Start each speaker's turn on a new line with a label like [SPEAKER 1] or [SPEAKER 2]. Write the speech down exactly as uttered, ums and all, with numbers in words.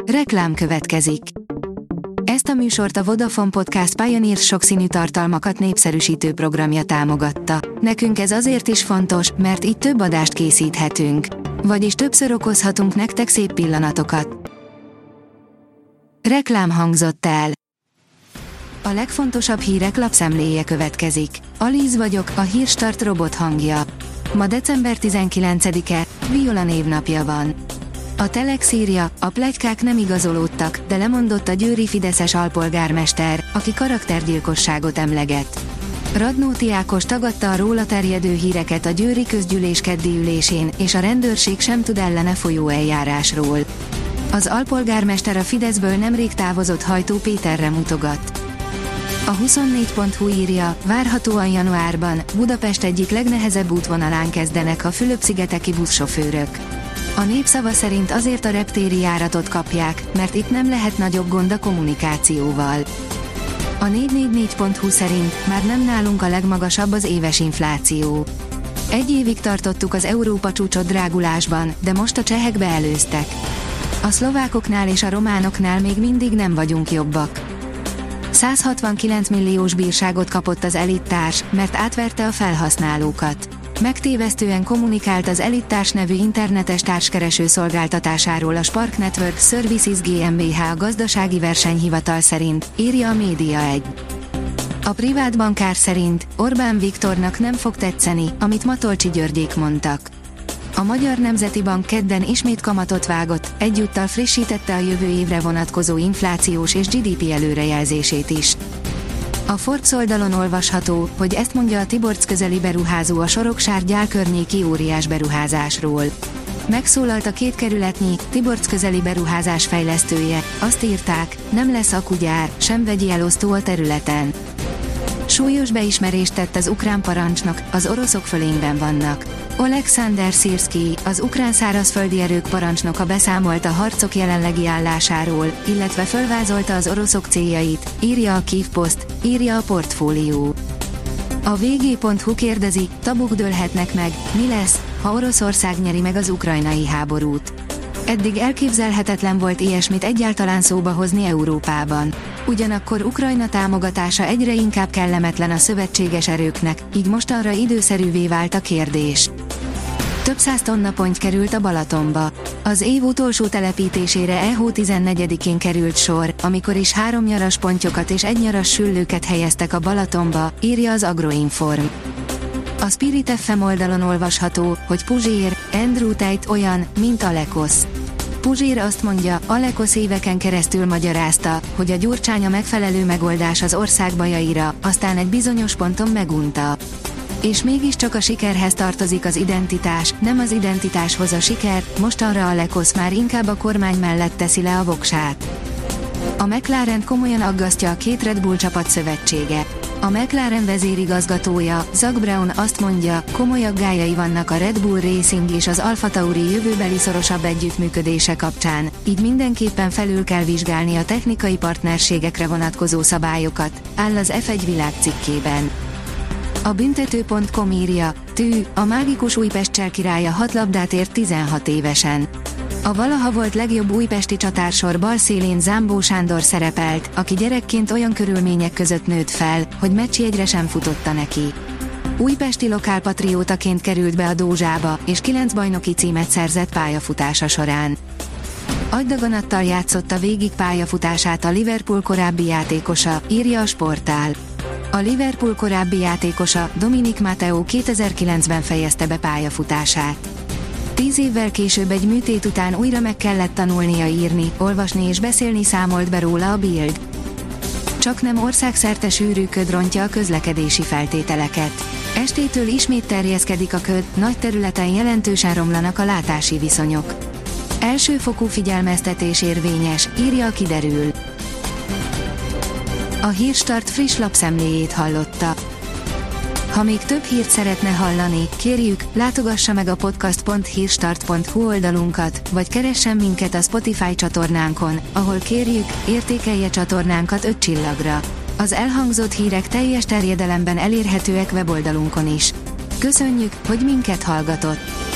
[SPEAKER 1] Reklám következik. Ezt a műsort a Vodafone Podcast Pioneer sokszínű tartalmakat népszerűsítő programja támogatta. Nekünk ez azért is fontos, mert így több adást készíthetünk. Vagyis többször okozhatunk nektek szép pillanatokat. Reklám hangzott el. A legfontosabb hírek lapszemléje következik. Alíz vagyok, a Hírstart robot hangja. Ma december tizenkilencedike, Viola névnapja van. A Telex írja, a pletykák nem igazolódtak, de lemondott a győri fideszes alpolgármester, aki karaktergyilkosságot emleget. Radnóti Ákos tagadta a róla terjedő híreket a győri közgyűlés keddi ülésén, és a rendőrség sem tud ellene folyó eljárásról. Az alpolgármester a Fideszből nemrég távozott Hajtó Péterre mutogat. A huszonnégy pont hu írja, várhatóan januárban Budapest egyik legnehezebb útvonalán kezdenek a Fülöp-szigeteki buszsofőrök. A Népszava szerint azért a reptéri járatot kapják, mert itt nem lehet nagyobb gond a kommunikációval. A négy négy négy pont hu szerint már nem nálunk a legmagasabb az éves infláció. Egy évig tartottuk az Európa csúcsot drágulásban, de most a csehek beelőztek. A szlovákoknál és a románoknál még mindig nem vagyunk jobbak. száz hatvankilenc milliós bírságot kapott az Elittárs, mert átverte a felhasználókat. Megtévesztően kommunikált az Elittárs nevű internetes társkereső szolgáltatásáról a Spark Network Services GmbH a gazdasági versenyhivatal szerint, írja a Média egy. A privát bankár szerint Orbán Viktornak nem fog tetszeni, amit Matolcsy Györgyék mondtak. A Magyar Nemzeti Bank kedden ismét kamatot vágott, egyúttal frissítette a jövő évre vonatkozó inflációs és gé dé pé előrejelzését is. A Forbes oldalon olvasható, hogy ezt mondja a Tiborcs közeli beruházó a Soroksár gyár környéki óriás beruházásról. Megszólalt a két kerületnyi, Tiborcs közeli beruházás fejlesztője, azt írták, nem lesz akugyár, sem vegyi elosztó a területen. Súlyos beismerést tett az ukrán parancsnok, az oroszok fölényben vannak. Oleksandr Szirszkij, az ukrán szárazföldi erők parancsnoka beszámolt a harcok jelenlegi állásáról, illetve fölvázolta az oroszok céljait, írja a Kyiv Post, írja a Portfólió. A vé gé pont hu kérdezi, tabuk dőlhetnek meg, mi lesz, ha Oroszország nyeri meg az ukrajnai háborút. Eddig elképzelhetetlen volt ilyesmit egyáltalán szóba hozni Európában. Ugyanakkor Ukrajna támogatása egyre inkább kellemetlen a szövetséges erőknek, így mostanra időszerűvé vált a kérdés. Több száz tonna ponty került a Balatonba. Az év utolsó telepítésére e hó tizennegyedikén került sor, amikor is három nyaras pontyokat és egy nyaras süllőket helyeztek a Balatonba, írja az Agroinform. A Spirit ef em oldalon olvasható, hogy Puzsér, Andrew Tate olyan, mint Alekosz. Puzsér azt mondja, Alekosz éveken keresztül magyarázta, hogy a Gyurcsány a megfelelő megoldás az ország bajaira, aztán egy bizonyos ponton megunta. És mégiscsak a sikerhez tartozik az identitás, nem az identitáshoz a siker, mostanra Alekosz már inkább a kormány mellett teszi le a voksát. A McLaren komolyan aggasztja a két Red Bull csapat szövetsége. A McLaren vezérigazgatója, Zak Brown azt mondja, komoly aggályai vannak a Red Bull Racing és az Alfa Tauri jövőbeli szorosabb együttműködése kapcsán, így mindenképpen felül kell vizsgálni a technikai partnerségekre vonatkozó szabályokat, áll az ef egy világ cikkében. A büntető pont com írja, tű, a mágikus Újpest cselkirálya hat labdát ért tizenhat évesen. A valaha volt legjobb újpesti csatársor balszélén Zámbó Sándor szerepelt, aki gyerekként olyan körülmények között nőtt fel, hogy meccsjegyre sem futotta neki. Újpesti lokálpatriótaként került be a Dózsába, és kilenc bajnoki címet szerzett pályafutása során. Agydaganattal játszotta végig pályafutását a Liverpool korábbi játékosa, írja a Sportál. A Liverpool korábbi játékosa, Dominic Matteo kétezer-kilencben fejezte be pályafutását. Tíz évvel később egy műtét után újra meg kellett tanulnia írni, olvasni és beszélni, számolt be róla a Bild. Csaknem országszerte sűrű köd rontja a közlekedési feltételeket. Estétől ismét terjeszkedik a köd, nagy területen jelentősen romlanak a látási viszonyok. Elsőfokú figyelmeztetés érvényes, írja a Kiderül. A Hírstart friss lapszemléjét hallotta. Ha még több hírt szeretne hallani, kérjük, látogassa meg a podcast pont hírstart pont hu oldalunkat, vagy keressen minket a Spotify csatornánkon, ahol kérjük, értékelje csatornánkat öt csillagra. Az elhangzott hírek teljes terjedelemben elérhetőek weboldalunkon is. Köszönjük, hogy minket hallgatott!